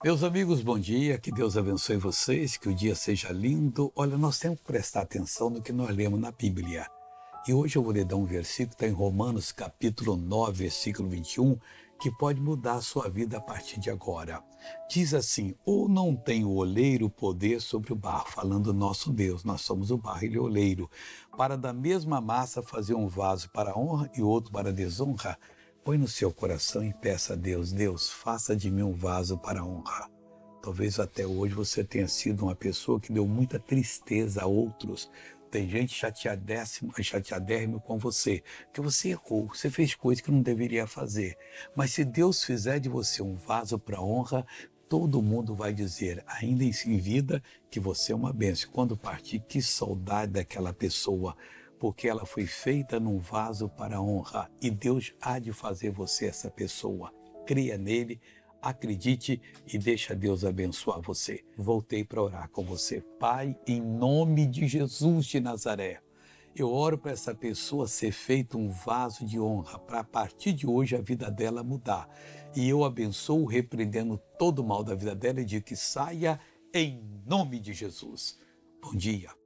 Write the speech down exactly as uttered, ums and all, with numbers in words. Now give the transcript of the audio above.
Meus amigos, bom dia, que Deus abençoe vocês, que o dia seja lindo. Olha, nós temos que prestar atenção no que nós lemos na Bíblia. E hoje eu vou lhe dar um versículo, que está em Romanos capítulo nove, versículo vinte e um, que pode mudar a sua vida a partir de agora. Diz assim: ou não tem o oleiro poder sobre o barro, falando nosso Deus, nós somos o barro, ele é o oleiro, para da mesma massa fazer um vaso para a honra e outro para a desonra? Põe no seu coração e peça a Deus: Deus, faça de mim um vaso para a honra. Talvez até hoje você tenha sido uma pessoa que deu muita tristeza a outros. Tem gente chateadérrima, chateadérrima com você, que você errou, você fez coisas que não deveria fazer. Mas se Deus fizer de você um vaso para a honra, todo mundo vai dizer, ainda em vida, que você é uma bênção. Quando partir, que saudade daquela pessoa, porque ela foi feita num vaso para a honra, e Deus há de fazer você essa pessoa. Creia nele, acredite e deixa Deus abençoar você. Voltei para orar com você. Pai, em nome de Jesus de Nazaré, eu oro para essa pessoa ser feito um vaso de honra, para a partir de hoje a vida dela mudar. E eu abençoo, repreendendo todo o mal da vida dela e digo que saia em nome de Jesus. Bom dia.